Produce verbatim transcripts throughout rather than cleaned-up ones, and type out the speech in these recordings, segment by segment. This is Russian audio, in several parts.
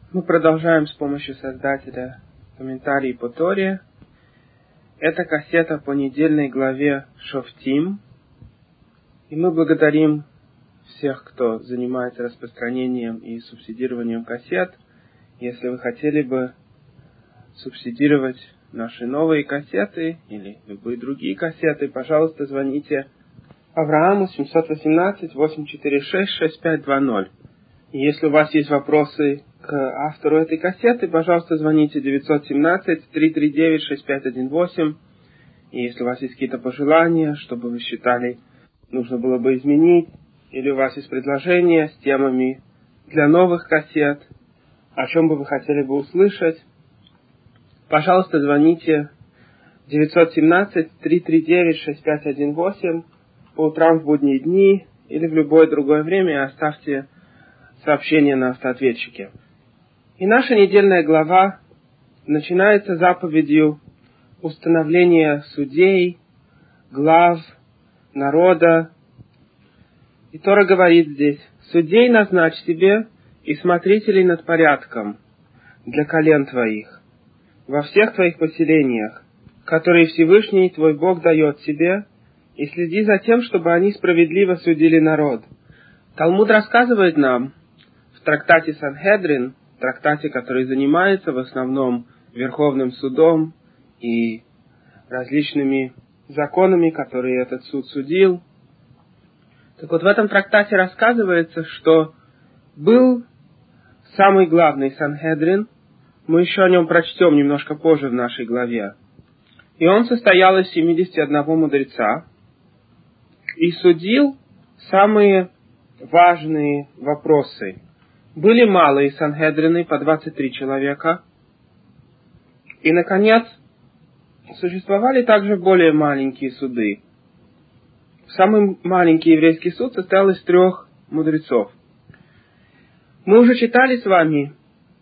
Мы продолжаем с помощью создателя комментарий по Торе. Это кассета по недельной главе Шофтим. И мы благодарим всех, кто занимается распространением и субсидированием кассет. Если вы хотели бы субсидировать наши новые кассеты или любые другие кассеты, пожалуйста, звоните Аврааму семь один восемь восемь четыре шесть шесть пять два ноль. И если у вас есть вопросы к автору этой кассеты, пожалуйста, звоните девять один семь три три девять шесть пять один восемь. И если у вас есть какие-то пожелания, чтобы вы считали, нужно было бы изменить, или у вас есть предложения с темами для новых кассет, о чем бы вы хотели бы услышать, пожалуйста, звоните девять один семь три три девять шесть пять один восемь по утрам в будние дни или в любое другое время, и оставьте сообщение на автоответчике. И наша недельная глава начинается заповедью установления судей, глав, народа. И Тора говорит здесь: «Судей назначь себе и смотрителей над порядком для колен твоих во всех твоих поселениях, которые Всевышний твой Бог дает тебе, и следи за тем, чтобы они справедливо судили народ». Талмуд рассказывает нам в трактате Санхедрин, трактате, который занимается в основном Верховным судом и различными законами, которые этот суд судил. Так вот, в этом трактате рассказывается, что был самый главный Санхедрин, мы еще о нем прочтем немножко позже в нашей главе, и он состоял из семидесяти одного мудреца и судил самые важные вопросы. Были малые Санхедрины, по двадцать три человека. И, наконец, существовали также более маленькие суды. Самый маленький еврейский суд состоял из трех мудрецов. Мы уже читали с вами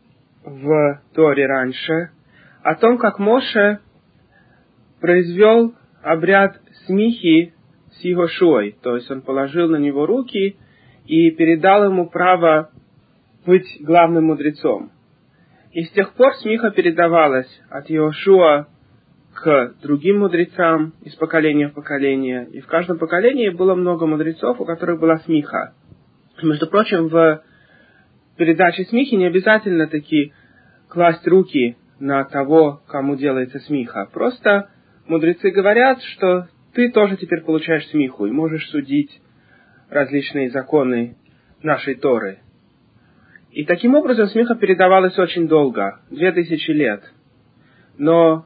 в Торе раньше о том, как Моше произвел обряд смихи с Йеошуой, то есть он положил на него руки и передал ему право быть главным мудрецом. И с тех пор смиха передавалась от Йеошуа к другим мудрецам из поколения в поколение. И в каждом поколении было много мудрецов, у которых была смиха. Между прочим, в передаче смихи не обязательно таки класть руки на того, кому делается смиха. Просто мудрецы говорят, что ты тоже теперь получаешь смиху и можешь судить различные законы нашей Торы. И таким образом смиха передавалась очень долго, две тысячи лет. Но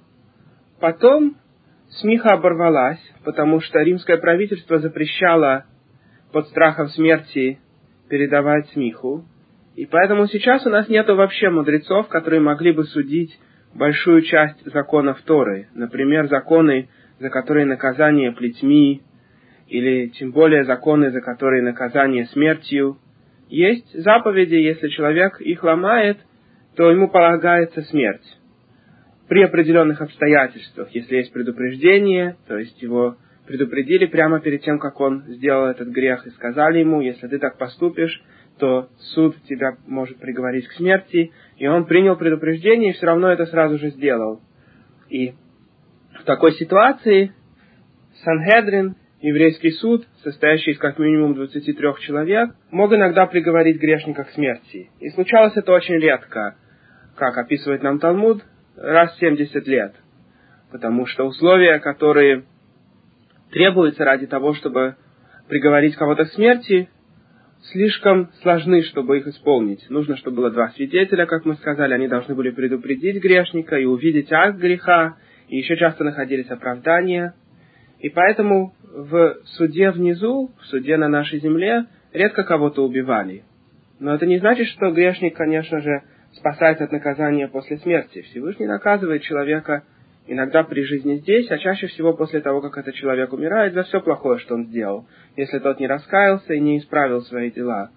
потом смиха оборвалась, потому что римское правительство запрещало под страхом смерти передавать смиху. И поэтому сейчас у нас нет вообще мудрецов, которые могли бы судить большую часть законов Торы. Например, законы, за которые наказание плетьми, или тем более законы, за которые наказание смертью. Есть заповеди, если человек их ломает, то ему полагается смерть. При определенных обстоятельствах, если есть предупреждение, то есть его предупредили прямо перед тем, как он сделал этот грех, и сказали ему: если ты так поступишь, то суд тебя может приговорить к смерти, и он принял предупреждение и все равно это сразу же сделал. И в такой ситуации Санхедрин, еврейский суд, состоящий из как минимум двадцати трёх человек, мог иногда приговорить грешника к смерти. И случалось это очень редко, как описывает нам Талмуд, раз в семьдесят лет. Потому что условия, которые требуются ради того, чтобы приговорить кого-то к смерти, слишком сложны, чтобы их исполнить. Нужно, чтобы было два свидетеля, как мы сказали, они должны были предупредить грешника и увидеть акт греха, и еще часто находились оправдания. И поэтому в суде внизу, в суде на нашей земле, редко кого-то убивали. Но это не значит, что грешник, конечно же, спасается от наказания после смерти. Всевышний наказывает человека иногда при жизни здесь, а чаще всего после того, как этот человек умирает, за все плохое, что он сделал, если тот не раскаялся и не исправил свои дела.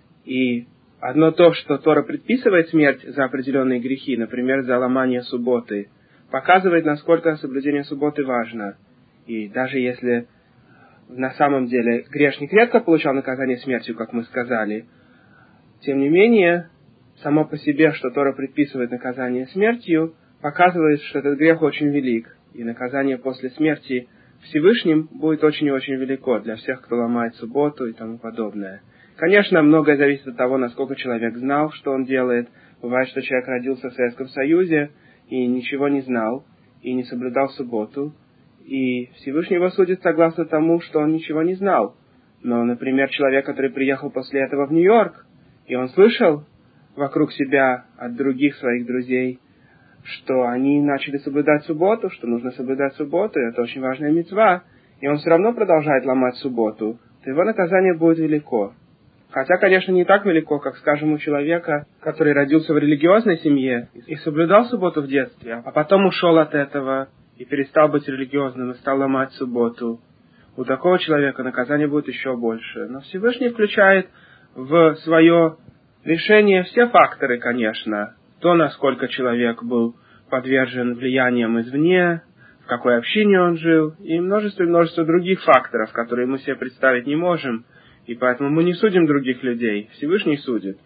И одно то, что Тора предписывает смерть за определенные грехи, например, за ломание субботы, показывает, насколько соблюдение субботы важно. И даже если на самом деле грешник редко получал наказание смертью, как мы сказали, тем не менее, само по себе, что Тора предписывает наказание смертью, показывает, что этот грех очень велик, и наказание после смерти Всевышним будет очень и очень велико для всех, кто ломает субботу и тому подобное. Конечно, многое зависит от того, насколько человек знал, что он делает. Бывает, что человек родился в Советском Союзе и ничего не знал, и не соблюдал субботу, и Всевышний его судит согласно тому, что он ничего не знал. Но, например, человек, который приехал после этого в Нью-Йорк, и он слышал вокруг себя от других своих друзей, что они начали соблюдать субботу, что нужно соблюдать субботу, и это очень важная мицва, и он все равно продолжает ломать субботу, то его наказание будет велико. Хотя, конечно, не так велико, как, скажем, у человека, который родился в религиозной семье и соблюдал субботу в детстве, а потом ушел от этого и перестал быть религиозным и стал ломать субботу. У такого человека наказание будет еще больше. Но Всевышний включает в свое решение все факторы, конечно. То, насколько человек был подвержен влияниям извне, в какой общине он жил, и множество и множество других факторов, которые мы себе представить не можем. И поэтому мы не судим других людей, Всевышний судит.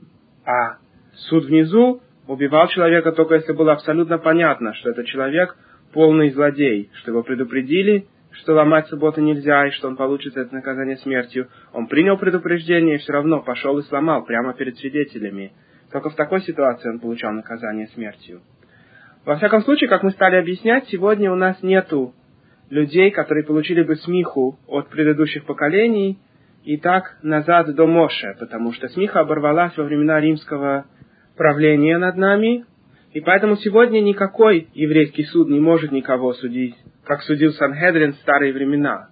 А суд внизу убивал человека только если было абсолютно понятно, что этот человек полный злодей, что его предупредили, что ломать субботу нельзя, и что он получит это наказание смертью. Он принял предупреждение и все равно пошел и сломал прямо перед свидетелями. Только в такой ситуации он получал наказание смертью. Во всяком случае, как мы стали объяснять, сегодня у нас нету людей, которые получили бы смиху от предыдущих поколений, и так назад до Моше, потому что смиха оборвалась во времена римского правления над нами, и поэтому сегодня никакой еврейский суд не может никого судить, как судил Сангедрин в старые времена.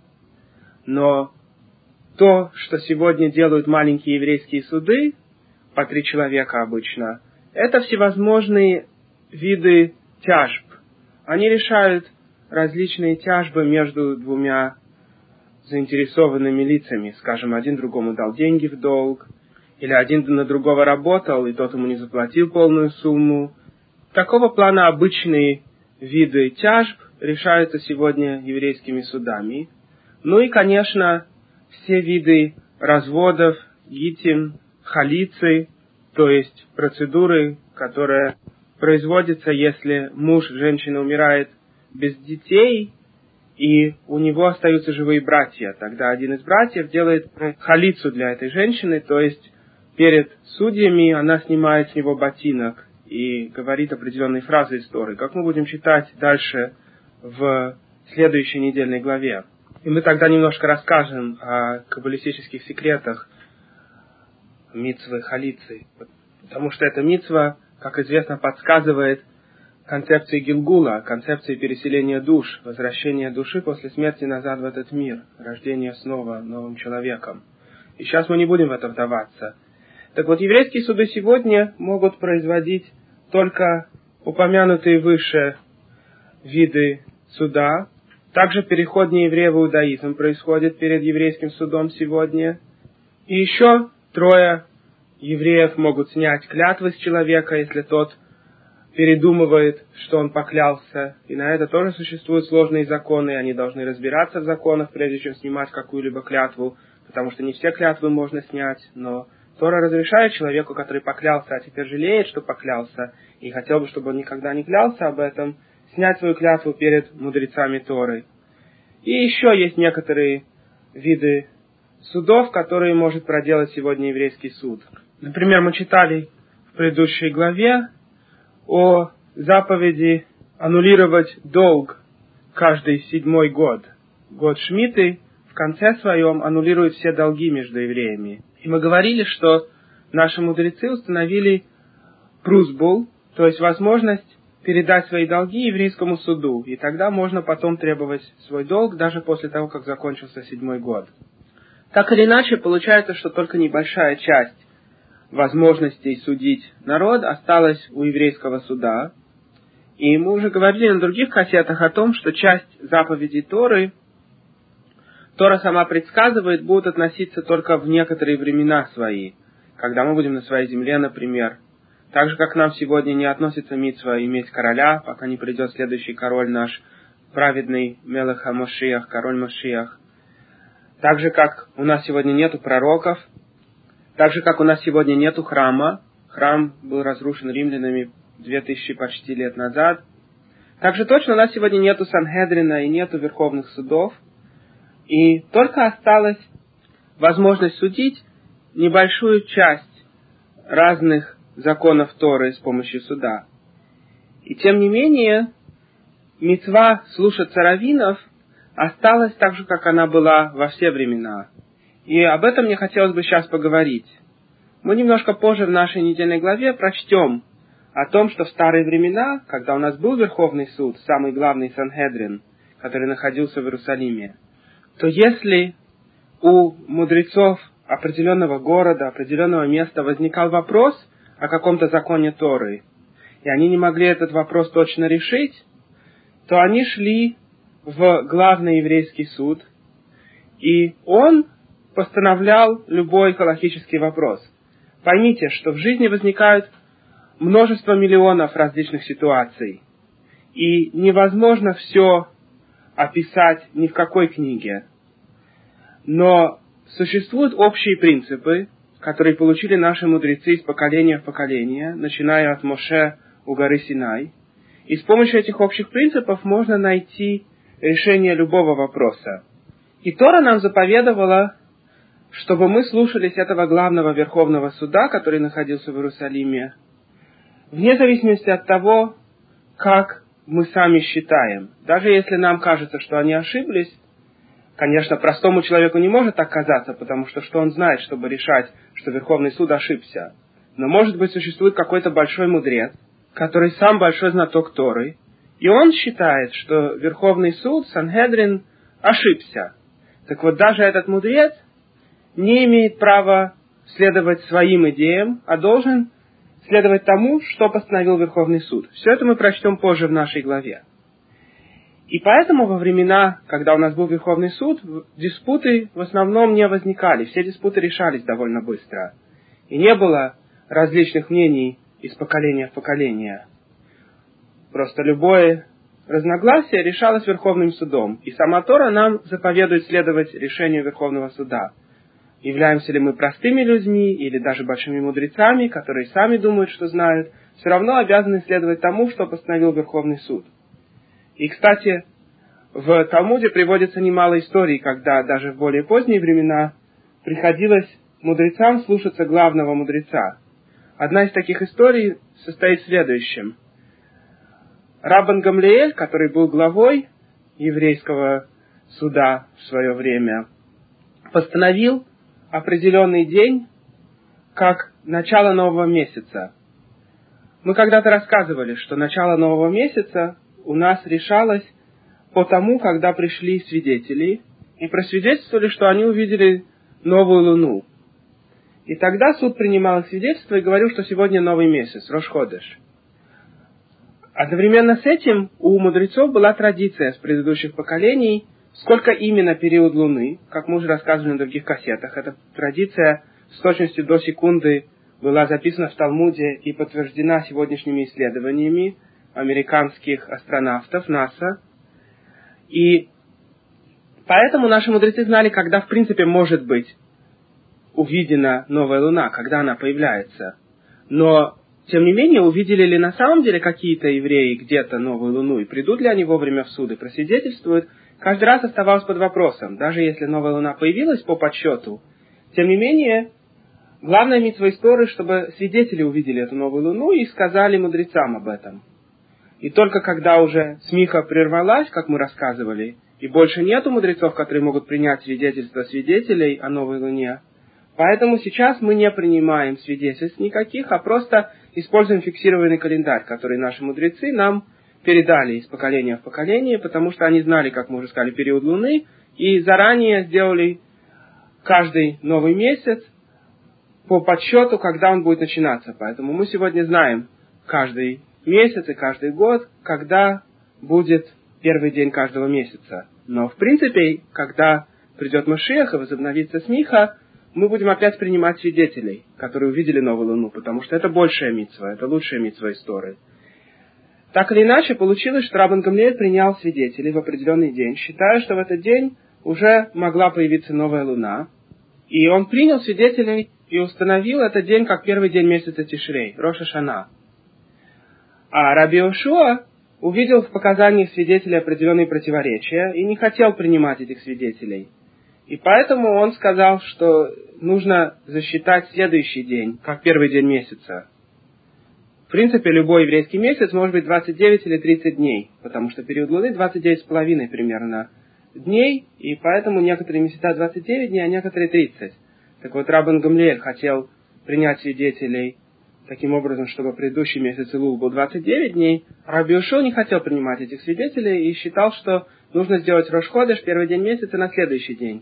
Но то, что сегодня делают маленькие еврейские суды, по три человека обычно, это всевозможные виды тяжб. Они решают различные тяжбы между двумя заинтересованными лицами. Скажем, один другому дал деньги в долг, или один на другого работал, и тот ему не заплатил полную сумму. Такого плана обычные виды тяжб решаются сегодня еврейскими судами. Ну и, конечно, все виды разводов, гитин, халицы, то есть процедуры, которые производятся, если муж женщины умирает без детей, и у него остаются живые братья. Тогда один из братьев делает халицу для этой женщины, то есть перед судьями она снимает с него ботинок и говорит определенные фразы из Торы, как мы будем читать дальше в следующей недельной главе. И мы тогда немножко расскажем о каббалистических секретах мицвы халицы, потому что эта мицва, как известно, подсказывает концепции Гилгула, концепции переселения душ, возвращения души после смерти назад в этот мир, рождение снова новым человеком. И сейчас мы не будем в это вдаваться. Так вот, еврейские суды сегодня могут производить только упомянутые выше виды суда. Также переход нееврея в иудаизм происходит перед еврейским судом сегодня. И еще трое евреев могут снять клятвы с человека, если тот передумывает, что он поклялся. И на это тоже существуют сложные законы, и они должны разбираться в законах, прежде чем снимать какую-либо клятву, потому что не все клятвы можно снять, но Тора разрешает человеку, который поклялся, а теперь жалеет, что поклялся, и хотел бы, чтобы он никогда не клялся об этом, снять свою клятву перед мудрецами Торы. И еще есть некоторые виды судов, которые может проделать сегодня еврейский суд. Например, мы читали в предыдущей главе о заповеди аннулировать долг каждый седьмой год. Год Шмиты в конце своем аннулирует все долги между евреями. И мы говорили, что наши мудрецы установили прусбул, то есть возможность передать свои долги еврейскому суду, и тогда можно потом требовать свой долг, даже после того, как закончился седьмой год. Так или иначе, получается, что только небольшая часть возможностей судить народ осталась у еврейского суда. И мы уже говорили на других кассетах о том, что часть заповедей Торы, Тора сама предсказывает, будут относиться только в некоторые времена свои, когда мы будем на своей земле, например. Так же, как к нам сегодня не относится мицва иметь короля, пока не придет следующий король наш, праведный Мелех ха-Машиах, король Машиах. Так же, как у нас сегодня нету пророков, так же, как у нас сегодня нету храма, храм был разрушен римлянами две тысячи почти лет назад. Так же точно у нас сегодня нету Сангедрина и нету верховных судов. И только осталась возможность судить небольшую часть разных законов Торы с помощью суда. И тем не менее, мицва слушаться раввинов осталась так же, как она была во все времена. И об этом мне хотелось бы сейчас поговорить. Мы немножко позже в нашей недельной главе прочтем о том, что в старые времена, когда у нас был Верховный суд, самый главный Сангедрин, который находился в Иерусалиме, то если у мудрецов определенного города, определенного места возникал вопрос о каком-то законе Торы, и они не могли этот вопрос точно решить, то они шли в главный еврейский суд, и он постановлял любой галахический вопрос. Поймите, что в жизни возникают множество миллионов различных ситуаций, и невозможно все описать ни в какой книге. Но существуют общие принципы, которые получили наши мудрецы из поколения в поколение, начиная от Моше у горы Синай. И с помощью этих общих принципов можно найти решение любого вопроса. И Тора нам заповедовала, чтобы мы слушались этого главного Верховного суда, который находился в Иерусалиме, вне зависимости от того, как мы сами считаем. Даже если нам кажется, что они ошиблись, конечно, простому человеку не может так казаться, потому что что он знает, чтобы решать, что Верховный суд ошибся. Но, может быть, существует какой-то большой мудрец, который сам большой знаток Торы, и он считает, что Верховный суд, Сангедрин, ошибся. Так вот, даже этот мудрец не имеет права следовать своим идеям, а должен следовать тому, что постановил Верховный суд. Все это мы прочтем позже в нашей главе. И поэтому во времена, когда у нас был Верховный суд, диспуты в основном не возникали. Все диспуты решались довольно быстро. И не было различных мнений из поколения в поколение. Просто любое разногласие решалось Верховным судом. И сама Тора нам заповедует следовать решению Верховного суда. Являемся ли мы простыми людьми или даже большими мудрецами, которые сами думают, что знают, все равно обязаны следовать тому, что постановил Верховный суд. И, кстати, в Талмуде приводится немало историй, когда даже в более поздние времена приходилось мудрецам слушаться главного мудреца. Одна из таких историй состоит в следующем. Раббан Гамлиэль, который был главой еврейского суда в свое время, постановил определенный день как начало нового месяца. Мы когда-то рассказывали, что начало нового месяца у нас решалось по тому, когда пришли свидетели и просвидетельствовали, что они увидели новую луну. И тогда суд принимал их свидетельство и говорил, что сегодня новый месяц, Рош ходеш. Одновременно с этим у мудрецов была традиция с предыдущих поколений, сколько именно период луны, как мы уже рассказывали на других кассетах. Эта традиция с точностью до секунды была записана в Талмуде и подтверждена сегодняшними исследованиями американских астронавтов НАСА. И поэтому наши мудрецы знали, когда в принципе может быть увидена новая луна, когда она появляется. Но, тем не менее, увидели ли на самом деле какие-то евреи где-то новую луну, и придут ли они вовремя в суд и просвидетельствуют, каждый раз оставалось под вопросом. Даже если новая луна появилась по подсчету, тем не менее, главная мицва истории, чтобы свидетели увидели эту новую луну и сказали мудрецам об этом. И только когда уже смиха прервалась, как мы рассказывали, и больше нету мудрецов, которые могут принять свидетельство свидетелей о новой луне, поэтому сейчас мы не принимаем свидетельств никаких, а просто используем фиксированный календарь, который наши мудрецы нам передали из поколения в поколение, потому что они знали, как мы уже сказали, период Луны, и заранее сделали каждый новый месяц по подсчету, когда он будет начинаться. Поэтому мы сегодня знаем каждый месяц и каждый год, когда будет первый день каждого месяца. Но в принципе, когда придет Машиах и возобновится смиха, мы будем опять принимать свидетелей, которые увидели новую луну, потому что это большая мицва, это лучшая мицва истории. Так или иначе, получилось, что Раббан Гамлиэль принял свидетелей в определенный день, считая, что в этот день уже могла появиться новая луна. И он принял свидетелей и установил этот день как первый день месяца Тишрей, Рош ха-Шана. А Раби Йошуа увидел в показаниях свидетелей определенные противоречия и не хотел принимать этих свидетелей. И поэтому он сказал, что нужно засчитать следующий день, как первый день месяца. В принципе, любой еврейский месяц может быть двадцать девять или тридцать дней, потому что период Луны двадцать девять с половиной примерно дней, и поэтому некоторые месяца двадцать девять дней, а некоторые тридцать. Так вот, Раббан Гамлиэль хотел принять свидетелей таким образом, чтобы предыдущий месяц Илул был двадцать девять дней. Раби Йошуа не хотел принимать этих свидетелей и считал, что нужно сделать Рош ходеш, первый день месяца, на следующий день.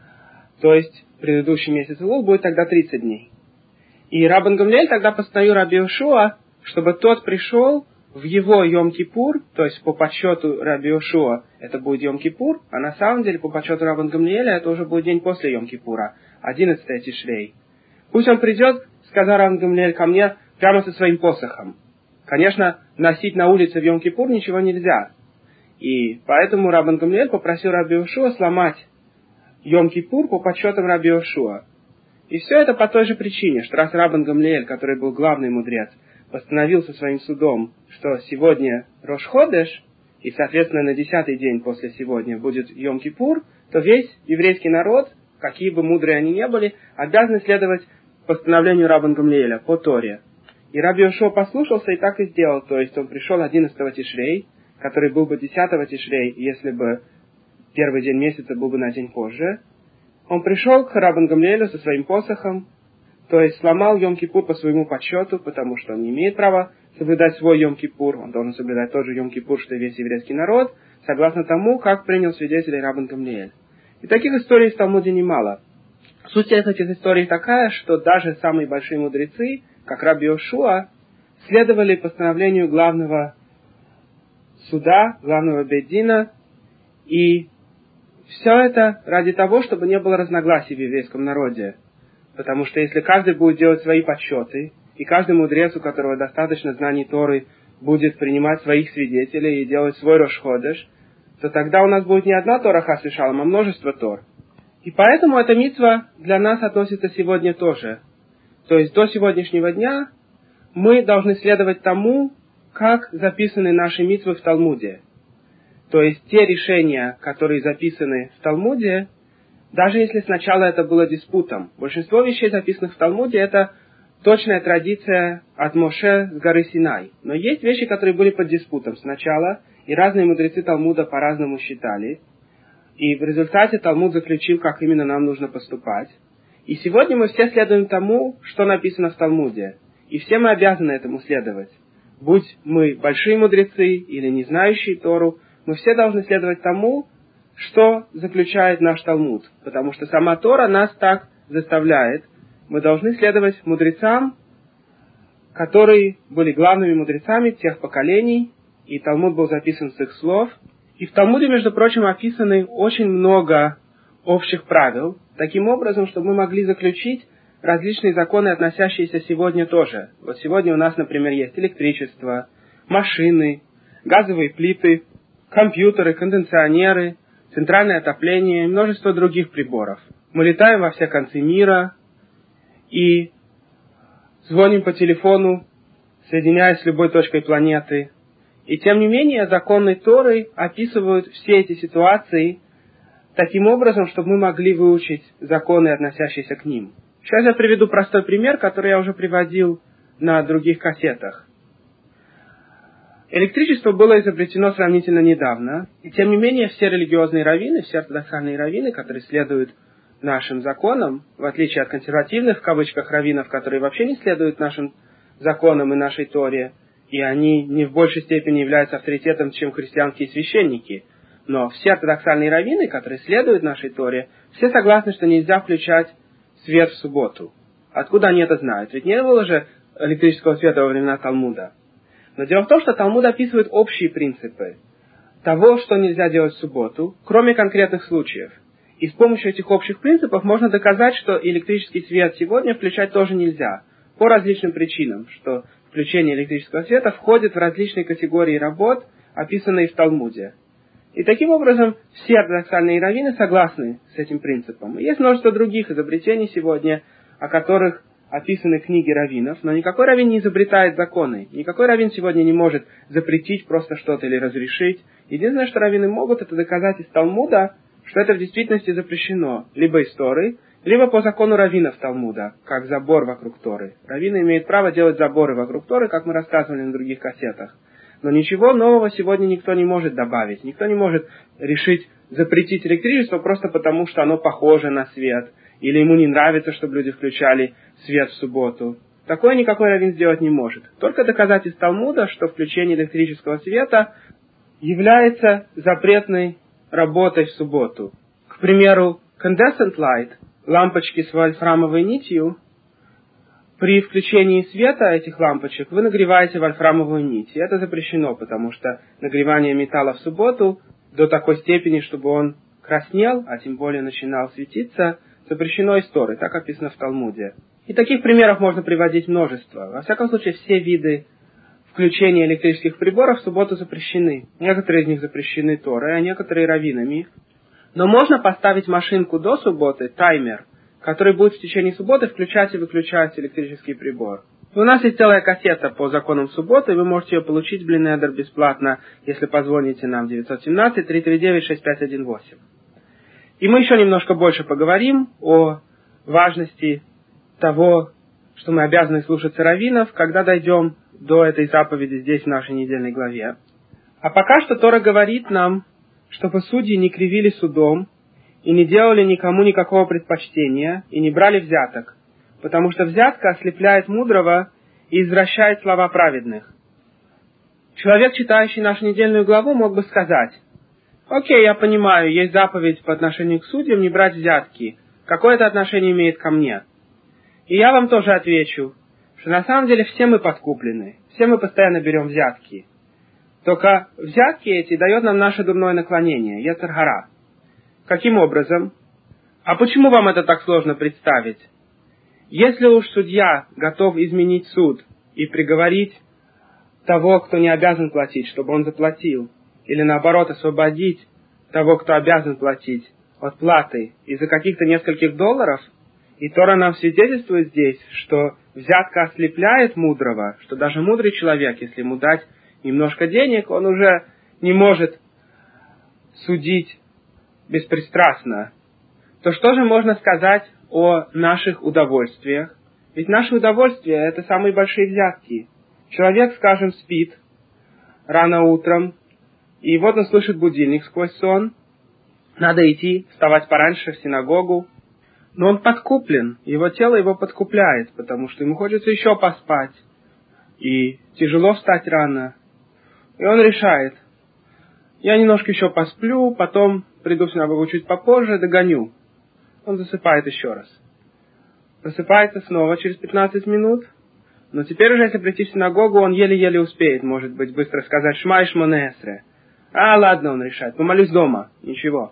То есть, предыдущий месяц Илул будет тогда тридцать дней. И Раббан Гамлиэль тогда постановил Раби Йошуа, чтобы тот пришел в его Йом-Кипур, то есть по подсчету Раби Йошуа это будет Йом-Кипур, а на самом деле по подсчету Раббан Гамлиэля это уже будет день после Йом-Кипура, одиннадцатое Тишрей. Пусть он придет, сказал Раббан Гамлиэль, ко мне прямо со своим посохом. Конечно, носить на улице в Йом-Кипур ничего нельзя. И поэтому Раббан Гамлиэль попросил Раби Йошуа сломать Йом-Кипур по подсчетам Раби Йошуа. И все это по той же причине, что раз Раббан Гамлиэль, который был главный мудрец, постановил со своим судом, что сегодня Рош ходеш, и, соответственно, на десятый день после сегодня будет Йом-Кипур, то весь еврейский народ, какие бы мудрые они ни были, обязаны следовать постановлению Раббан Гамлиэля по Торе. И Раби Йошуа послушался и так и сделал, то есть он пришел одиннадцатого Тишрей, который был бы десятого Тишрей, если бы первый день месяца был бы на день позже. Он пришел к Раббан Гамлиэлю со своим посохом, то есть сломал Йом-Кипур по своему подсчету, потому что он не имеет права соблюдать свой Йом-Кипур, он должен соблюдать тот же Йом-Кипур, что и весь еврейский народ, согласно тому, как принял свидетелей Раббан Гамлиэль. И таких историй в Талмуде немало. Суть этих историй такая, что даже самые большие мудрецы, как Раби Йошуа, следовали постановлению главного суда, главного бейт-дина, и все это ради того, чтобы не было разногласий в еврейском народе. Потому что если каждый будет делать свои подсчеты, и каждый мудрец, у которого достаточно знаний Торы, будет принимать своих свидетелей и делать свой Рош ходеш, то тогда у нас будет не одна Тора хас вешалом, а множество Тор. И поэтому эта мицва для нас относится сегодня тоже. То есть до сегодняшнего дня мы должны следовать тому, как записаны наши мицвы в Талмуде. То есть те решения, которые записаны в Талмуде, даже если сначала это было диспутом. Большинство вещей, записанных в Талмуде, это точная традиция от Моше с горы Синай. Но есть вещи, которые были под диспутом сначала, и разные мудрецы Талмуда по-разному считали. И в результате Талмуд заключил, как именно нам нужно поступать. И сегодня мы все следуем тому, что написано в Талмуде. И все мы обязаны этому следовать. Будь мы большие мудрецы или не знающие Тору, мы все должны следовать тому, что заключает наш Талмуд. Потому что сама Тора нас так заставляет. Мы должны следовать мудрецам, которые были главными мудрецами тех поколений, и Талмуд был записан с их слов. И в Талмуде, между прочим, описаны очень много общих правил, таким образом, чтобы мы могли заключить различные законы, относящиеся сегодня тоже. Вот сегодня у нас, например, есть электричество, машины, газовые плиты, компьютеры, кондиционеры, центральное отопление и множество других приборов. Мы летаем во все концы мира и звоним по телефону, соединяясь с любой точкой планеты. И тем не менее, законы Торы описывают все эти ситуации таким образом, чтобы мы могли выучить законы, относящиеся к ним. Сейчас я приведу простой пример, который я уже приводил на других кассетах. Электричество было изобретено сравнительно недавно, и тем не менее все религиозные раввины, все ортодоксальные раввины, которые следуют нашим законам, в отличие от консервативных, в кавычках, раввинов, которые вообще не следуют нашим законам и нашей Торе, и они не в большей степени являются авторитетом, чем христианские священники. Но все ортодоксальные раввины, которые следуют нашей Торе, все согласны, что нельзя включать свет в субботу. Откуда они это знают? Ведь не было же электрического света во времена Талмуда. Но дело в том, что Талмуд описывает общие принципы того, что нельзя делать в субботу, кроме конкретных случаев. И с помощью этих общих принципов можно доказать, что электрический свет сегодня включать тоже нельзя, по различным причинам, что включение электрического света входит в различные категории работ, описанные в Талмуде. И таким образом все ортодоксальные раввины согласны с этим принципом. И есть множество других изобретений сегодня. о которых описаны книги раввинов, но никакой раввин не изобретает законы. Никакой раввин сегодня не может запретить просто что-то или разрешить. Единственное, что раввины могут, это доказать из Талмуда, что это в действительности запрещено. Либо из Торы, либо по закону раввинов Талмуда, как забор вокруг Торы. Раввины имеют право делать заборы вокруг Торы, как мы рассказывали на других кассетах. Но ничего нового сегодня никто не может добавить. Никто не может решить запретить электричество просто потому, что оно похоже на свет. Или ему не нравится, чтобы люди включали свет в субботу. Такое никакой раввин сделать не может. Только доказать из Талмуда, что включение электрического света является запретной работой в субботу. К примеру, incandescent light, лампочки с вольфрамовой нитью, при включении света этих лампочек вы нагреваете вольфрамовую нить. И это запрещено, потому что нагревание металла в субботу до такой степени, чтобы он краснел, а тем более начинал светиться, запрещено из Торы, так описано в Талмуде. И таких примеров можно приводить множество. Во всяком случае, все виды включения электрических приборов в субботу запрещены. Некоторые из них запрещены Торой, а некоторые раввинами. Но можно поставить машинку до субботы, таймер, который будет в течение субботы включать и выключать электрический прибор. И у нас есть целая кассета по законам субботы, и вы можете ее получить в Блинедер бесплатно, если позвоните нам девять один семь три три девять шесть пять один восемь. И мы еще немножко больше поговорим о важности того, что мы обязаны слушаться раввинов, когда дойдем до этой заповеди здесь, в нашей недельной главе. А пока что Тора говорит нам, чтобы судьи не кривили судом, и не делали никому никакого предпочтения, и не брали взяток, потому что взятка ослепляет мудрого и извращает слова праведных. Человек, читающий нашу недельную главу, мог бы сказать: «Окей, я понимаю, есть заповедь по отношению к судьям не брать взятки. Какое это отношение имеет ко мне?» И я вам тоже отвечу, что на самом деле все мы подкуплены, все мы постоянно берем взятки. Только взятки эти дает нам наше дурное наклонение, йецер гара. Каким образом? А почему вам это так сложно представить? Если уж судья готов изменить суд и приговорить того, кто не обязан платить, чтобы он заплатил, или наоборот освободить того, кто обязан платить, от платы из-за каких-то нескольких долларов, и Тора нам свидетельствует здесь, что взятка ослепляет мудрого, что даже мудрый человек, если ему дать немножко денег, он уже не может судить беспристрастно, то что же можно сказать о наших удовольствиях? Ведь наши удовольствия — это самые большие взятки. Человек, скажем, спит рано утром, и вот он слышит будильник сквозь сон. Надо идти, вставать пораньше в синагогу. Но он подкуплен, его тело его подкупляет, потому что ему хочется еще поспать. И тяжело встать рано. И он решает: я немножко еще посплю, потом приду в синагогу чуть попозже, догоню. Он засыпает еще раз. Просыпается снова через пятнадцать минут. Но теперь уже, если прийти в синагогу, он еле-еле успеет, может быть, быстро сказать «Шма и Шмоне Эсре». А, ладно, он решает, помолюсь дома. Ничего.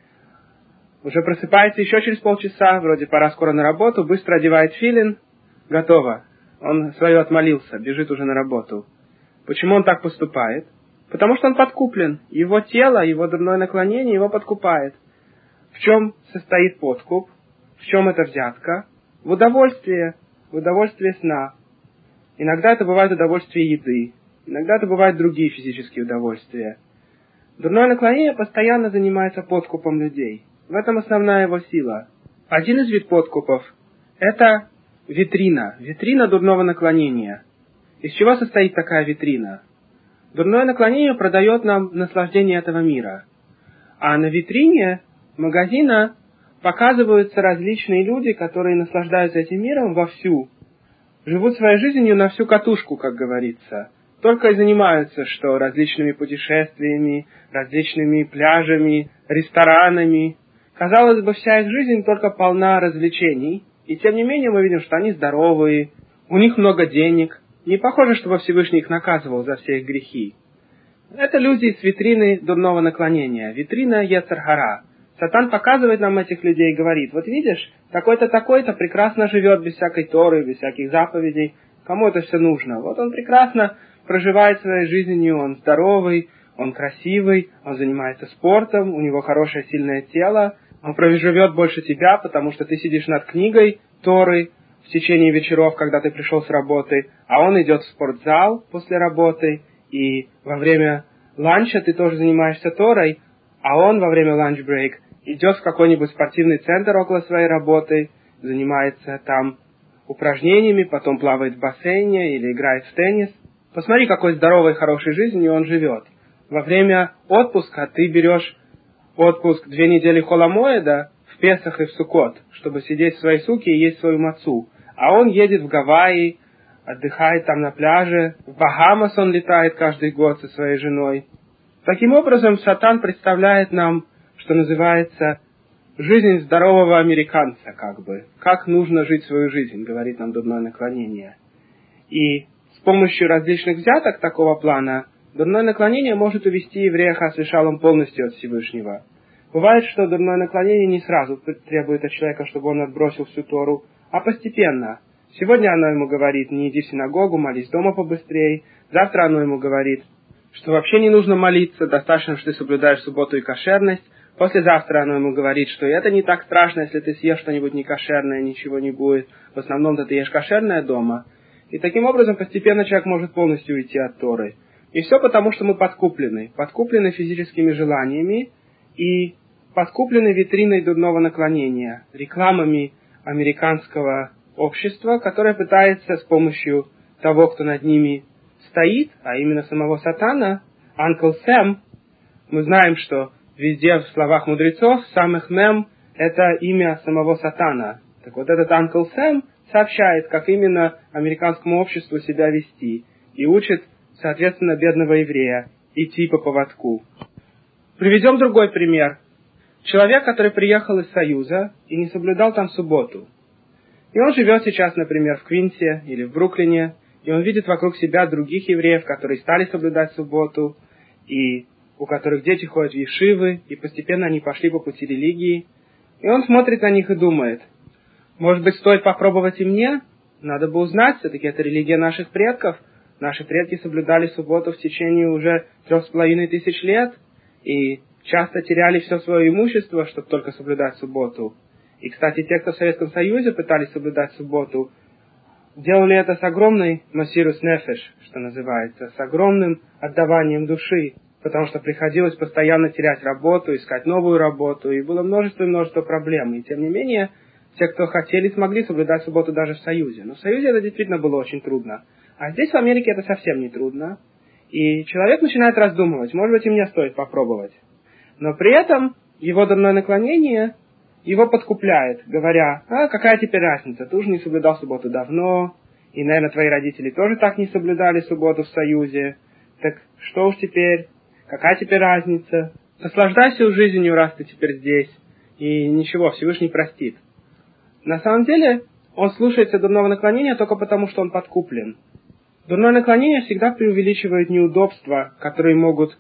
Уже просыпается еще через полчаса, вроде пора скоро на работу, быстро одевает филин. Готово. Он свое отмолился, бежит уже на работу. Почему он так поступает? Потому что он подкуплен. Его тело, его дурное наклонение его подкупает. В чем состоит подкуп? В чем это взятка? В удовольствии. В удовольствии сна. Иногда это бывает удовольствие еды. Иногда это бывают другие физические удовольствия. Дурное наклонение постоянно занимается подкупом людей. В этом основная его сила. Один из видов подкупов – это витрина. Витрина дурного наклонения. Из чего состоит такая витрина? Дурное наклонение продает нам наслаждение этого мира. А на витрине магазина показываются различные люди, которые наслаждаются этим миром вовсю. Живут своей жизнью на всю катушку, как говорится. Только и занимаются, что различными путешествиями, различными пляжами, ресторанами. Казалось бы, вся их жизнь только полна развлечений. И тем не менее мы видим, что они здоровые, у них много денег. Не похоже, чтобы Всевышний их наказывал за все их грехи. Это люди с витрины дурного наклонения. Витрина йецер гара. Сатан показывает нам этих людей и говорит: вот видишь, такой-то, такой-то прекрасно живет без всякой Торы, без всяких заповедей. Кому это все нужно? Вот он прекрасно проживает своей жизнью, он здоровый, он красивый, он занимается спортом, у него хорошее сильное тело, он проживет больше тебя, потому что ты сидишь над книгой Торы в течение вечеров, когда ты пришел с работы, а он идет в спортзал после работы, и во время ланча ты тоже занимаешься Торой, а он во время ланч-брейк идет в какой-нибудь спортивный центр около своей работы, занимается там упражнениями, потом плавает в бассейне или играет в теннис. Посмотри, какой здоровой, хорошей жизнью он живет. Во время отпуска ты берешь отпуск две недели Холомоэда в Песах и в Суккот, чтобы сидеть в своей суке и есть свою мацу. А он едет в Гавайи, отдыхает там на пляже, в Багамас он летает каждый год со своей женой. Таким образом, Сатан представляет нам, что называется, жизнь здорового американца, как бы. Как нужно жить свою жизнь, говорит нам дурное наклонение. И с помощью различных взяток такого плана дурное наклонение может увести еврея хас вешалом полностью от Всевышнего. Бывает, что дурное наклонение не сразу требует от человека, чтобы он отбросил всю Тору, а постепенно. Сегодня оно ему говорит: не иди в синагогу, молись дома побыстрее. Завтра оно ему говорит, что вообще не нужно молиться, достаточно, что ты соблюдаешь субботу и кошерность. Послезавтра оно ему говорит, что это не так страшно, если ты съешь что-нибудь некошерное, ничего не будет. В основном-то ты ешь кошерное дома. И таким образом постепенно человек может полностью уйти от Торы. И все потому, что мы подкуплены. Подкуплены физическими желаниями и подкуплены витриной дурного наклонения, рекламами американского общества, которое пытается с помощью того, кто над ними стоит, а именно самого Сатана, Uncle Sam. Мы знаем, что везде в словах мудрецов самых мем — это имя самого Сатана. Так вот, этот Uncle Sam сообщает, как именно американскому обществу себя вести, и учит, соответственно, бедного еврея идти по поводку. Приведем другой пример. Человек, который приехал из Союза и не соблюдал там субботу. И он живет сейчас, например, в Квинсе или в Бруклине, и он видит вокруг себя других евреев, которые стали соблюдать субботу, и у которых дети ходят в ешивы, и постепенно они пошли по пути религии. И он смотрит на них и думает: может быть, стоит попробовать и мне? Надо бы узнать, все-таки это религия наших предков. Наши предки соблюдали субботу в течение уже трех с половиной тысяч лет, и часто теряли все свое имущество, чтобы только соблюдать субботу. И, кстати, те, кто в Советском Союзе пытались соблюдать субботу, делали это с огромной масирус нефеш, что называется, с огромным отдаванием души, потому что приходилось постоянно терять работу, искать новую работу, и было множество и множество проблем. И тем не менее, те, кто хотели, смогли соблюдать субботу даже в Союзе. Но в Союзе это действительно было очень трудно. А здесь, в Америке, это совсем не трудно. И человек начинает раздумывать: может быть, и мне стоит попробовать. Но при этом его дурное наклонение его подкупляет, говоря: а какая теперь разница, ты уже не соблюдал субботу давно, и, наверное, твои родители тоже так не соблюдали субботу в Союзе, так что уж теперь, какая теперь разница, наслаждайся жизнью, раз ты теперь здесь, и ничего, Всевышний простит. На самом деле, он слушается дурного наклонения только потому, что он подкуплен. Дурное наклонение всегда преувеличивает неудобства, которые могут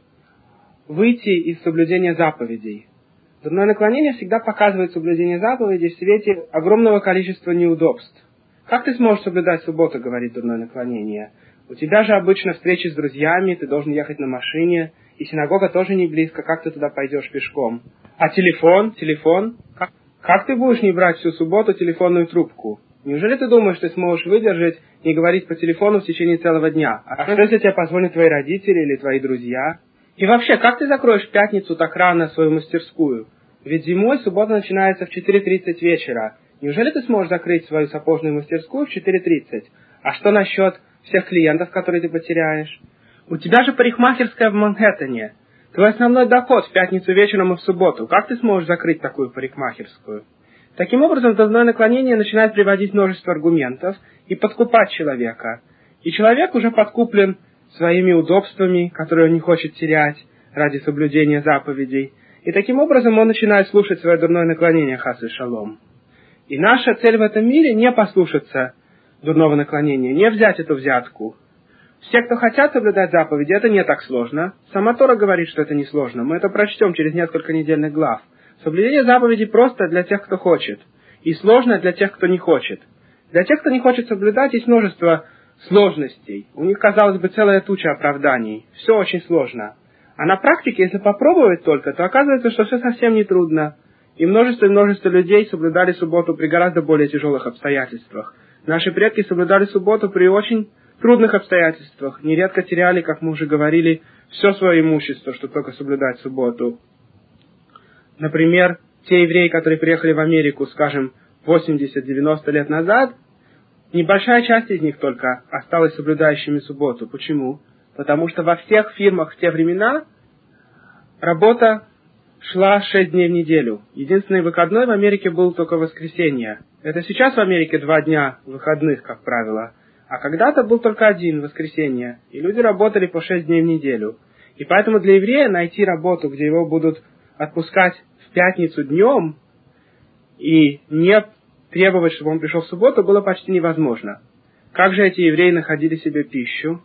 выйти из соблюдения заповедей. Дурное наклонение всегда показывает соблюдение заповедей в свете огромного количества неудобств. Как ты сможешь соблюдать субботу, говорит дурное наклонение? У тебя же обычно встречи с друзьями, ты должен ехать на машине, и синагога тоже не близко, как ты туда пойдешь пешком? А телефон, телефон? Как, как ты будешь не брать всю субботу телефонную трубку? Неужели ты думаешь, ты сможешь выдержать не говорить по телефону в течение целого дня? А что, если тебе позвонят твои родители или твои друзья? И вообще, как ты закроешь в пятницу так рано свою мастерскую? Ведь зимой суббота начинается в четыре тридцать вечера. Неужели ты сможешь закрыть свою сапожную мастерскую в четыре тридцать? А что насчет всех клиентов, которые ты потеряешь? У тебя же парикмахерская в Манхэттене. Твой основной доход в пятницу вечером и в субботу. Как ты сможешь закрыть такую парикмахерскую? Таким образом, дурное наклонение начинает приводить множество аргументов и подкупать человека. И человек уже подкуплен своими удобствами, которые он не хочет терять ради соблюдения заповедей. И таким образом он начинает слушать свое дурное наклонение, хас и шалом. И наша цель в этом мире не послушаться дурного наклонения, не взять эту взятку. Все, кто хотят соблюдать заповеди, это не так сложно. Сама Тора говорит, что это не сложно. Мы это прочтем через несколько недельных глав. Соблюдение заповедей просто для тех, кто хочет. И сложно для тех, кто не хочет. Для тех, кто не хочет соблюдать, есть множество сложностей. У них, казалось бы, целая туча оправданий. Все очень сложно. А на практике, если попробовать только, то оказывается, что все совсем не трудно. И множество и множество людей соблюдали субботу при гораздо более тяжелых обстоятельствах. Наши предки соблюдали субботу при очень трудных обстоятельствах. Нередко теряли, как мы уже говорили, все свое имущество, чтобы только соблюдать субботу. Например, те евреи, которые приехали в Америку, скажем, восемьдесят-девяносто лет назад, небольшая часть из них только осталась соблюдающими субботу. Почему? Потому что во всех фирмах в те времена работа шла шесть дней в неделю. Единственный выходной в Америке был только воскресенье. Это сейчас в Америке два дня выходных, как правило. А когда-то был только один, воскресенье. И люди работали по шесть дней в неделю. И поэтому для еврея найти работу, где его будут отпускать в пятницу днем и не требовать, чтобы он пришел в субботу, было почти невозможно. Как же эти евреи находили себе пищу,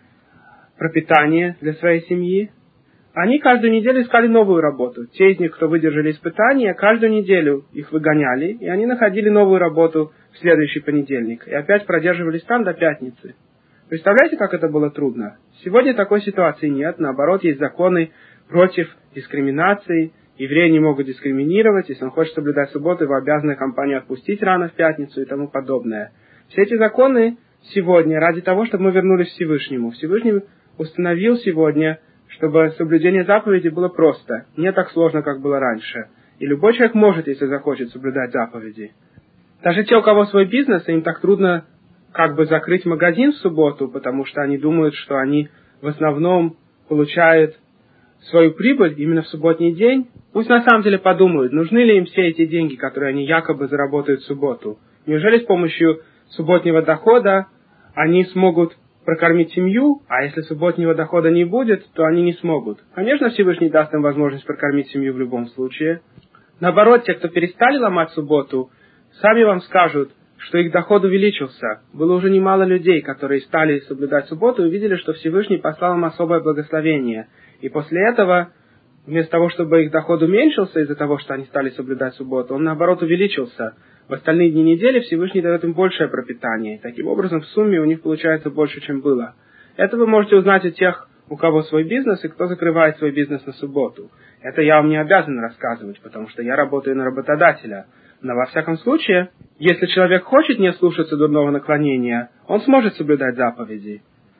пропитание для своей семьи? Они каждую неделю искали новую работу. Те из них, кто выдержали испытания, каждую неделю их выгоняли, и они находили новую работу в следующий понедельник. И опять продерживались там до пятницы. Представляете, как это было трудно? Сегодня такой ситуации нет. Наоборот, есть законы против дискриминации. Евреи не могут дискриминировать. Если он хочет соблюдать субботу, его обязаны компанию отпустить рано в пятницу и тому подобное. Все эти законы сегодня ради того, чтобы мы вернулись к Всевышнему. Всевышний установил сегодня, чтобы соблюдение заповедей было просто, не так сложно, как было раньше. И любой человек может, если захочет, соблюдать заповеди. Даже те, у кого свой бизнес, им так трудно как бы закрыть магазин в субботу, потому что они думают, что они в основном получают свою прибыль именно в субботний день. Пусть на самом деле подумают, нужны ли им все эти деньги, которые они якобы заработают в субботу. Неужели с помощью субботнего дохода они смогут прокормить семью, а если субботнего дохода не будет, то они не смогут. Конечно, Всевышний даст им возможность прокормить семью в любом случае. Наоборот, те, кто перестали ломать субботу, сами вам скажут, что их доход увеличился. Было уже немало людей, которые стали соблюдать субботу и увидели, что Всевышний послал им особое благословение. И после этого, вместо того, чтобы их доход уменьшился из-за того, что они стали соблюдать субботу, он наоборот увеличился. В остальные дни недели Всевышний дает им большее пропитание. Таким образом, в сумме у них получается больше, чем было. Это вы можете узнать у тех, у кого свой бизнес и кто закрывает свой бизнес на субботу. Это я вам не обязан рассказывать, потому что я работаю на работодателя. Но во всяком случае, если человек хочет не слушаться дурного наклонения, он сможет соблюдать заповеди.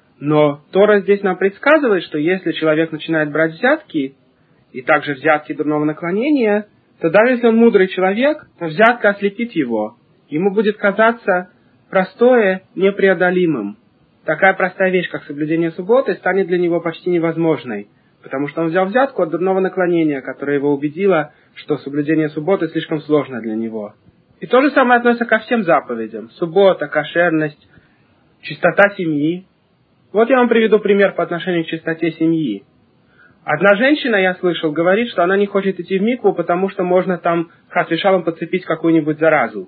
Но Тора здесь нам предсказывает, что если человек начинает брать взятки, и также взятки дурного наклонения, то даже если он мудрый человек, то взятка ослепит его. Ему будет казаться простое непреодолимым. Такая простая вещь, как соблюдение субботы, станет для него почти невозможной, потому что он взял взятку от дурного наклонения, которое его убедило, что соблюдение субботы слишком сложно для него. И то же самое относится ко всем заповедям. Суббота, кошерность, чистота семьи. Вот я вам приведу пример по отношению к чистоте семьи. Одна женщина, я слышал, говорит, что она не хочет идти в микву, потому что можно там хас-вешалом подцепить какую-нибудь заразу.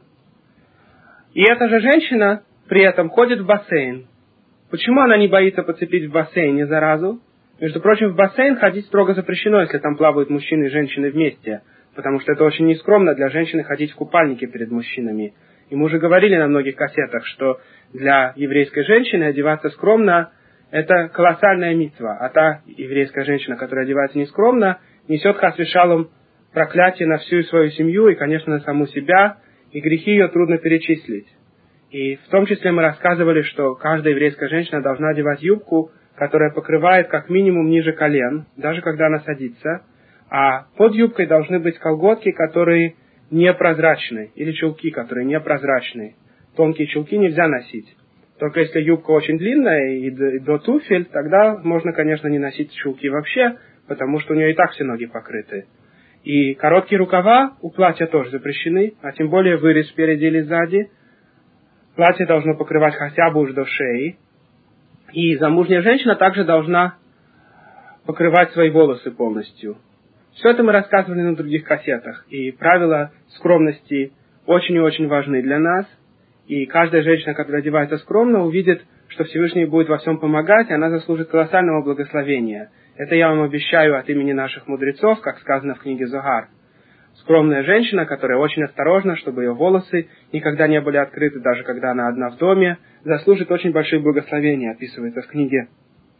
И эта же женщина при этом ходит в бассейн. Почему она не боится подцепить в бассейне заразу? Между прочим, в бассейн ходить строго запрещено, если там плавают мужчины и женщины вместе, потому что это очень нескромно для женщины ходить в купальнике перед мужчинами. И мы уже говорили на многих кассетах, что для еврейской женщины одеваться скромно – это колоссальная мицва, а та еврейская женщина, которая одевается нескромно, несет хас-вешалом проклятие на всю свою семью и, конечно, на саму себя, и грехи ее трудно перечислить. И в том числе мы рассказывали, что каждая еврейская женщина должна одевать юбку, которая покрывает как минимум ниже колен, даже когда она садится, а под юбкой должны быть колготки, которые непрозрачны, или чулки, которые непрозрачны. Тонкие чулки нельзя носить. Только если юбка очень длинная и до, и до туфель, тогда можно, конечно, не носить чулки вообще, потому что у нее и так все ноги покрыты. И короткие рукава у платья тоже запрещены, а тем более вырез спереди или сзади. Платье должно покрывать хотя бы уж до шеи. И замужняя женщина также должна покрывать свои волосы полностью. Все это мы рассказывали на других кассетах. И правила скромности очень и очень важны для нас. И каждая женщина, которая одевается скромно, увидит, что Всевышний будет во всем помогать, и она заслужит колоссального благословения. Это я вам обещаю от имени наших мудрецов, как сказано в книге Зоар. Скромная женщина, которая очень осторожна, чтобы ее волосы никогда не были открыты, даже когда она одна в доме, заслужит очень больших благословений, описывается в книге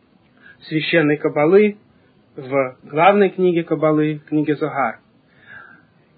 Священной Каббалы, в главной книге Каббалы, в книге Зоар.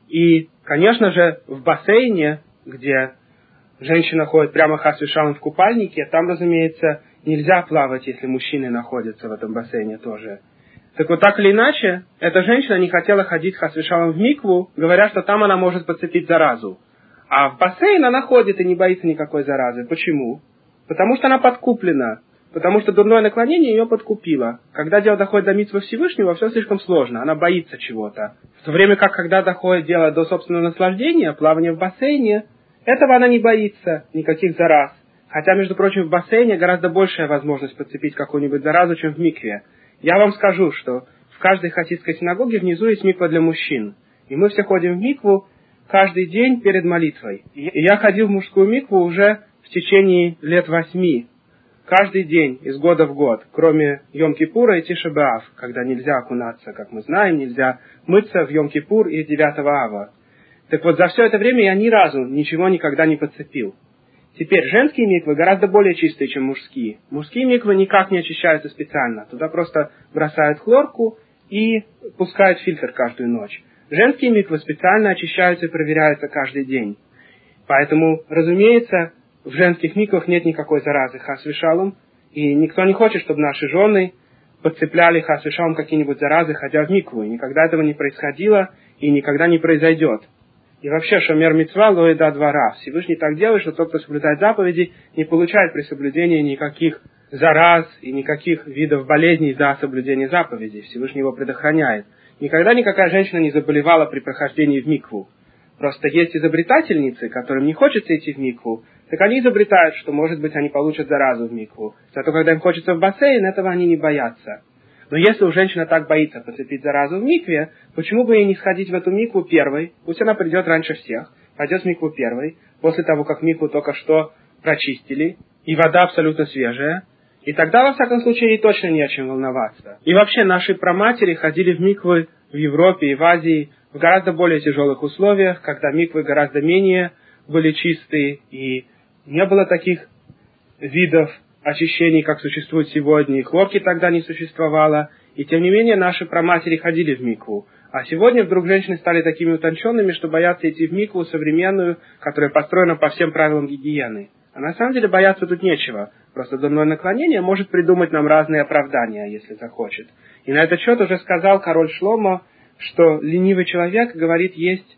И, конечно же, в бассейне, где женщина ходит прямо хас вешалом в купальнике, там, разумеется, нельзя плавать, если мужчины находятся в этом бассейне тоже. Так вот, так или иначе, эта женщина не хотела ходить хас вешалом в микву, говоря, что там она может подцепить заразу. А в бассейн она ходит и не боится никакой заразы. Почему? Потому что она подкуплена. Потому что дурное наклонение ее подкупило. Когда дело доходит до мицвы Всевышнего, все слишком сложно. Она боится чего-то. В то время как, когда доходит дело до собственного наслаждения, плавания в бассейне, этого она не боится, никаких зараз. Хотя, между прочим, в бассейне гораздо большая возможность подцепить какую-нибудь заразу, чем в микве. Я вам скажу, что в каждой хасидской синагоге внизу есть миква для мужчин. И мы все ходим в микву каждый день перед молитвой. И я ходил в мужскую микву уже в течение лет восьми. Каждый день, из года в год, кроме Йом-Кипура и Тиша-Б'Ав, когда нельзя окунаться, как мы знаем, нельзя мыться в Йом-Кипур и девятого ава. Так вот, за все это время я ни разу ничего никогда не подцепил. Теперь, женские миквы гораздо более чистые, чем мужские. Мужские миквы никак не очищаются специально. Туда просто бросают хлорку и пускают фильтр каждую ночь. Женские миквы специально очищаются и проверяются каждый день. Поэтому, разумеется, в женских миквах нет никакой заразы хас вешалом, и никто не хочет, чтобы наши жены подцепляли хас вешалом какие-нибудь заразы, ходя в микву. И никогда этого не происходило, и никогда не произойдет. И вообще, шомер мицва лоэда двора. Всевышний так делает, что тот, кто соблюдает заповеди, не получает при соблюдении никаких зараз и никаких видов болезней за соблюдение заповедей. Всевышний его предохраняет. Никогда никакая женщина не заболевала при прохождении в микву. Просто есть изобретательницы, которым не хочется идти в микву, так они изобретают, что, может быть, они получат заразу в микву. Зато, когда им хочется в бассейн, этого они не боятся. Но если у женщины так боится подцепить заразу в микве, почему бы ей не сходить в эту микву первой? Пусть она придет раньше всех, пойдет в микву первой, после того, как микву только что прочистили, и вода абсолютно свежая. И тогда, во всяком случае, ей точно не о чем волноваться. И вообще, наши праматери ходили в миквы в Европе и в Азии в гораздо более тяжелых условиях, когда миквы гораздо менее были чистые, и не было таких видов очищений, как существует сегодня, и хлорки тогда не существовало, и тем не менее наши праматери ходили в микву. А сегодня вдруг женщины стали такими утонченными, что боятся идти в микву современную, которая построена по всем правилам гигиены. А на самом деле бояться тут нечего. Просто дурное наклонение может придумать нам разные оправдания, если захочет. И на этот счет уже сказал король Шломо, что ленивый человек, говорит, есть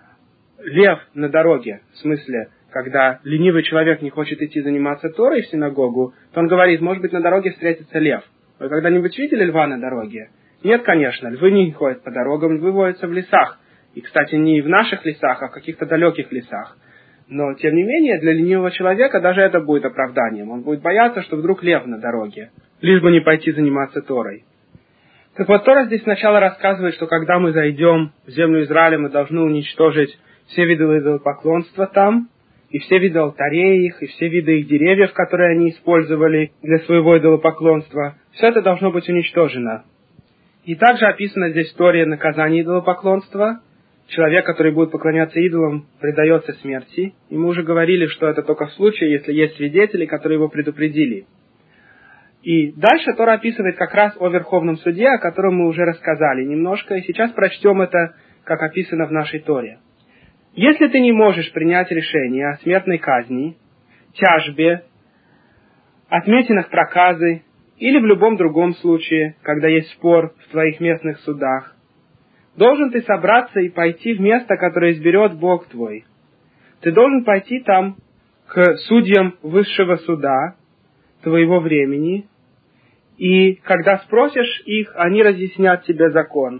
лев на дороге. В смысле, когда ленивый человек не хочет идти заниматься Торой в синагогу, то он говорит, может быть, на дороге встретится лев. Вы когда-нибудь видели льва на дороге? Нет, конечно, львы не ходят по дорогам, львы водятся в лесах. И, кстати, не в наших лесах, а в каких-то далеких лесах. Но, тем не менее, для ленивого человека даже это будет оправданием. Он будет бояться, что вдруг лев на дороге, лишь бы не пойти заниматься Торой. Так вот, Тора здесь сначала рассказывает, что когда мы зайдем в землю Израиля, мы должны уничтожить все виды идолопоклонства там, и все виды алтарей их, и все виды их деревьев, которые они использовали для своего идолопоклонства. Все это должно быть уничтожено. И также описана здесь история наказания идолопоклонства. Человек, который будет поклоняться идолам, предается смерти. И мы уже говорили, что это только в случае, если есть свидетели, которые его предупредили. И дальше Тора описывает как раз о Верховном Суде, о котором мы уже рассказали немножко. И сейчас прочтем это, как описано в нашей Торе. Если ты не можешь принять решение о смертной казни, тяжбе, отметинах проказы или в любом другом случае, когда есть спор в твоих местных судах, должен ты собраться и пойти в место, которое изберет Бог твой. Ты должен пойти там к судьям высшего суда твоего времени, и когда спросишь их, они разъяснят тебе закон.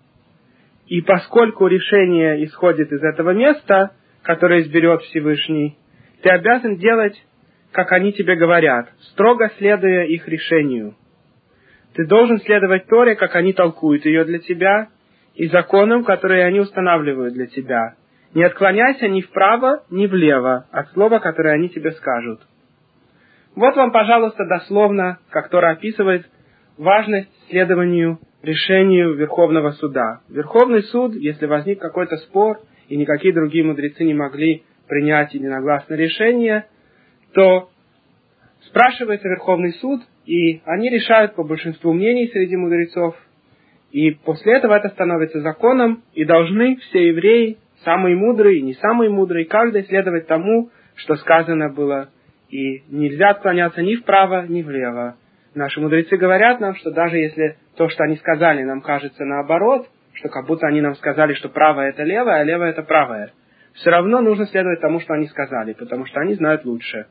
И поскольку решение исходит из этого места, которое изберет Всевышний, ты обязан делать, как они тебе говорят, строго следуя их решению. Ты должен следовать Торе, как они толкуют ее для тебя, и законам, которые они устанавливают для тебя. Не отклоняйся ни вправо, ни влево от слова, которое они тебе скажут. Вот вам, пожалуйста, дословно, как Тора описывает важность следованию решению Верховного Суда. Верховный суд, если возник какой-то спор, и никакие другие мудрецы не могли принять единогласное решение, то спрашивается Верховный суд, и они решают по большинству мнений среди мудрецов, И после этого это становится законом, и должны все евреи, самые мудрые и не самые мудрые, каждый следовать тому, что сказано было. И нельзя отклоняться ни вправо, ни влево. Наши мудрецы говорят нам, что даже если то, что они сказали, нам кажется наоборот, что как будто они нам сказали, что правое это левое, а левое это правое, все равно нужно следовать тому, что они сказали, потому что они знают лучше.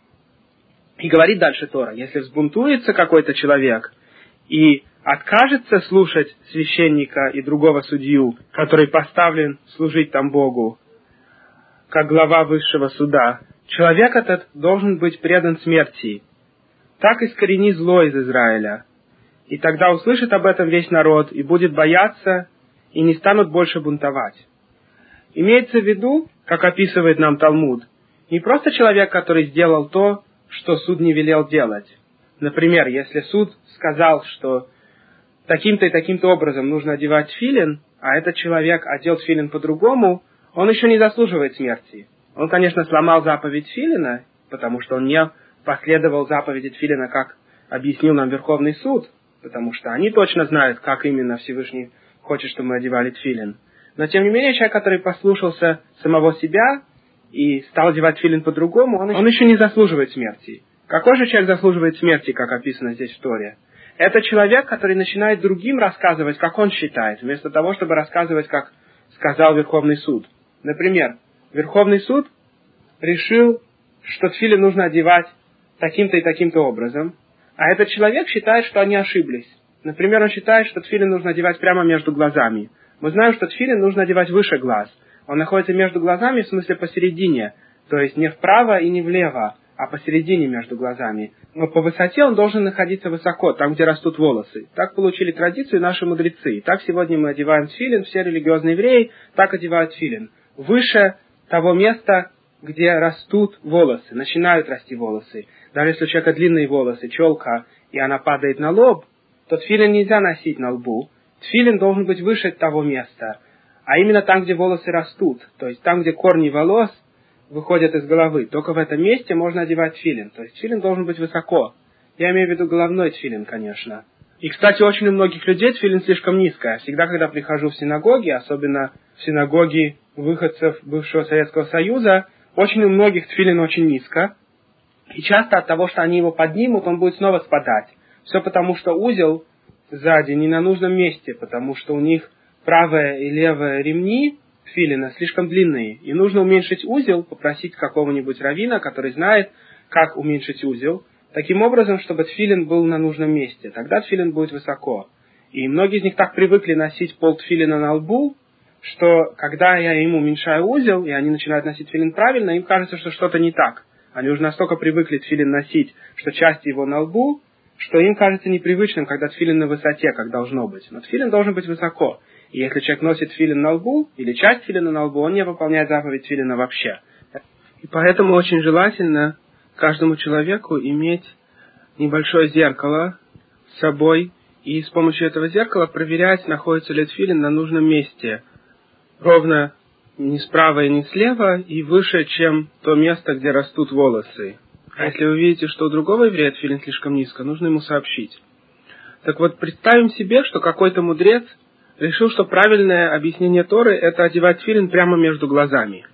И говорит дальше Тора, если взбунтуется какой-то человек и откажется слушать священника и другого судью, который поставлен служить там Богу, как глава высшего суда, человек этот должен быть предан смерти. Так искорени зло из Израиля. И тогда услышит об этом весь народ, и будет бояться, и не станут больше бунтовать. Имеется в виду, как описывает нам Талмуд, не просто человек, который сделал то, что суд не велел делать. Например, если суд сказал, что таким-то и таким-то образом нужно одевать тфилин, а этот человек одел тфилин по-другому, он еще не заслуживает смерти. Он, конечно, сломал заповедь тфилина, потому что он не последовал заповеди тфилина, как объяснил нам Верховный суд, потому что они точно знают, как именно Всевышний хочет, чтобы мы одевали тфилин. Но, тем не менее, человек, который послушался самого себя и стал одевать тфилин по-другому, он, он еще не заслуживает смерти. Какой же человек заслуживает смерти, как описано здесь в Торе? Это человек, который начинает другим рассказывать, как он считает, вместо того, чтобы рассказывать, как сказал Верховный суд. Например, Верховный суд решил, что тфилин нужно одевать таким-то и таким-то образом, а этот человек считает, что они ошиблись. Например, он считает, что тфилин нужно одевать прямо между глазами. Мы знаем, что тфилин нужно одевать выше глаз. Он находится между глазами, в смысле посередине, то есть не вправо и не влево, а посередине между глазами. Но по высоте он должен находиться высоко, там, где растут волосы. Так получили традицию наши мудрецы. И так сегодня мы одеваем тфилин, все религиозные евреи так одевают тфилин. Выше того места, где растут волосы, начинают расти волосы. Даже если у человека длинные волосы, челка, и она падает на лоб, то тфилин нельзя носить на лбу. Тфилин должен быть выше того места, а именно там, где волосы растут, то есть там, где корни волос выходят из головы. Только в этом месте можно одевать тфилин. То есть тфилин должен быть высоко. Я имею в виду головной тфилин, конечно. И, кстати, очень у многих людей тфилин слишком низкая. Всегда, когда прихожу в синагоги, особенно в синагоги выходцев бывшего Советского Союза, очень у многих тфилин очень низко. И часто от того, что они его поднимут, он будет снова спадать. Все потому, что узел сзади не на нужном месте, потому что у них правая и левая ремни тфилина слишком длинные. И нужно уменьшить узел, попросить какого-нибудь раввина, который знает, как уменьшить узел, таким образом, чтобы тфилин был на нужном месте. Тогда тфилин будет высоко. И многие из них так привыкли носить пол тфилина на лбу, что когда я им уменьшаю узел, и они начинают носить тфилин правильно, им кажется, что что-то не так. Они уже настолько привыкли тфилин носить, что часть его на лбу, что им кажется непривычным, когда тфилин на высоте, как должно быть. Но тфилин должен быть высоко. И если человек носит тфилин на лбу, или часть тфилина на лбу, он не выполняет заповедь тфилина вообще. И поэтому очень желательно каждому человеку иметь небольшое зеркало с собой, и с помощью этого зеркала проверять, находится ли тфилин на нужном месте. Ровно не справа и не слева, и выше, чем то место, где растут волосы. А если вы видите, что у другого еврея тфилин слишком низко, нужно ему сообщить. Так вот, представим себе, что какой-то мудрец решил, что правильное объяснение Торы – это одевать тфилин прямо между глазами.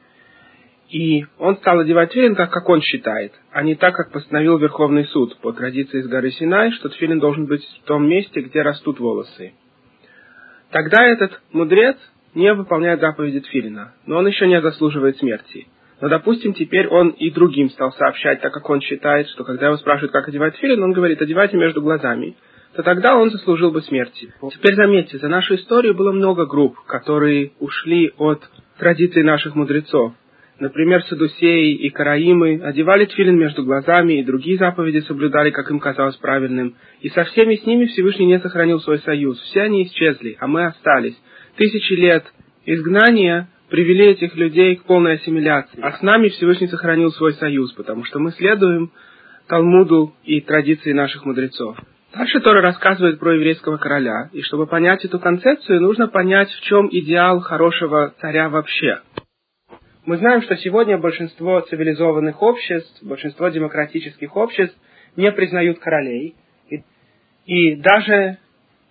И он стал одевать тфилин так, как он считает, а не так, как постановил Верховный суд по традиции с горы Синай, что тфилин должен быть в том месте, где растут волосы. Тогда этот мудрец не выполняет заповеди тфилина, но он еще не заслуживает смерти. Но, допустим, теперь он и другим стал сообщать, так как он считает, что когда его спрашивают, как одевать тфилин, он говорит, одевайте между глазами, то тогда он заслужил бы смерти. Теперь заметьте, за нашу историю было много групп, которые ушли от традиций наших мудрецов. Например, саддусеи и караимы одевали тфилин между глазами и другие заповеди соблюдали, как им казалось правильным. И со всеми с ними Всевышний не сохранил свой союз. Все они исчезли, а мы остались. Тысячи лет изгнания привели этих людей к полной ассимиляции. А с нами Всевышний сохранил свой союз, потому что мы следуем Талмуду и традиции наших мудрецов. Дальше Тора рассказывает про еврейского короля. И чтобы понять эту концепцию, нужно понять, в чем идеал хорошего царя вообще. Мы знаем, что сегодня большинство цивилизованных обществ, большинство демократических обществ не признают королей. И, и даже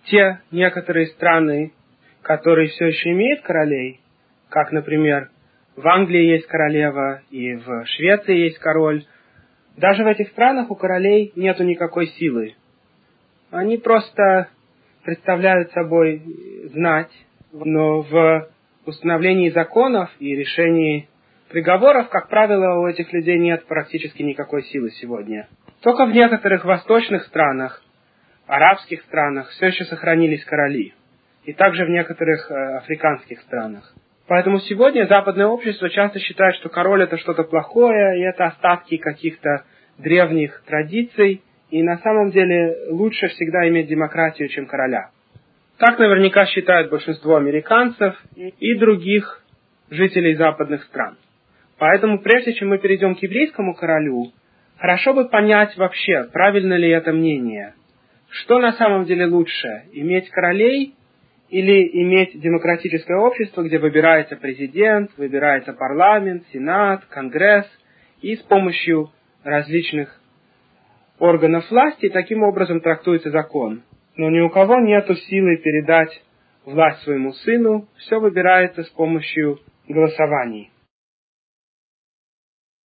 те некоторые страны, которые все еще имеют королей, как, например, в Англии есть королева и в Швеции есть король, даже в этих странах у королей нету никакой силы. Они просто представляют собой знать, но в установлении законов и решении приговоров, как правило, у этих людей нет практически никакой силы сегодня. Только в некоторых восточных странах, арабских странах все еще сохранились короли. И также в некоторых э, африканских странах. Поэтому сегодня западное общество часто считает, что король это что-то плохое, и это остатки каких-то древних традиций, и на самом деле лучше всегда иметь демократию, чем короля. Так наверняка считают большинство американцев и других жителей западных стран. Поэтому прежде чем мы перейдем к еврейскому королю, хорошо бы понять вообще, правильно ли это мнение. Что на самом деле лучше, иметь королей или иметь демократическое общество, где выбирается президент, выбирается парламент, сенат, конгресс, и с помощью различных органов власти таким образом трактуется закон. Но ни у кого нет силы передать власть своему сыну, все выбирается с помощью голосований.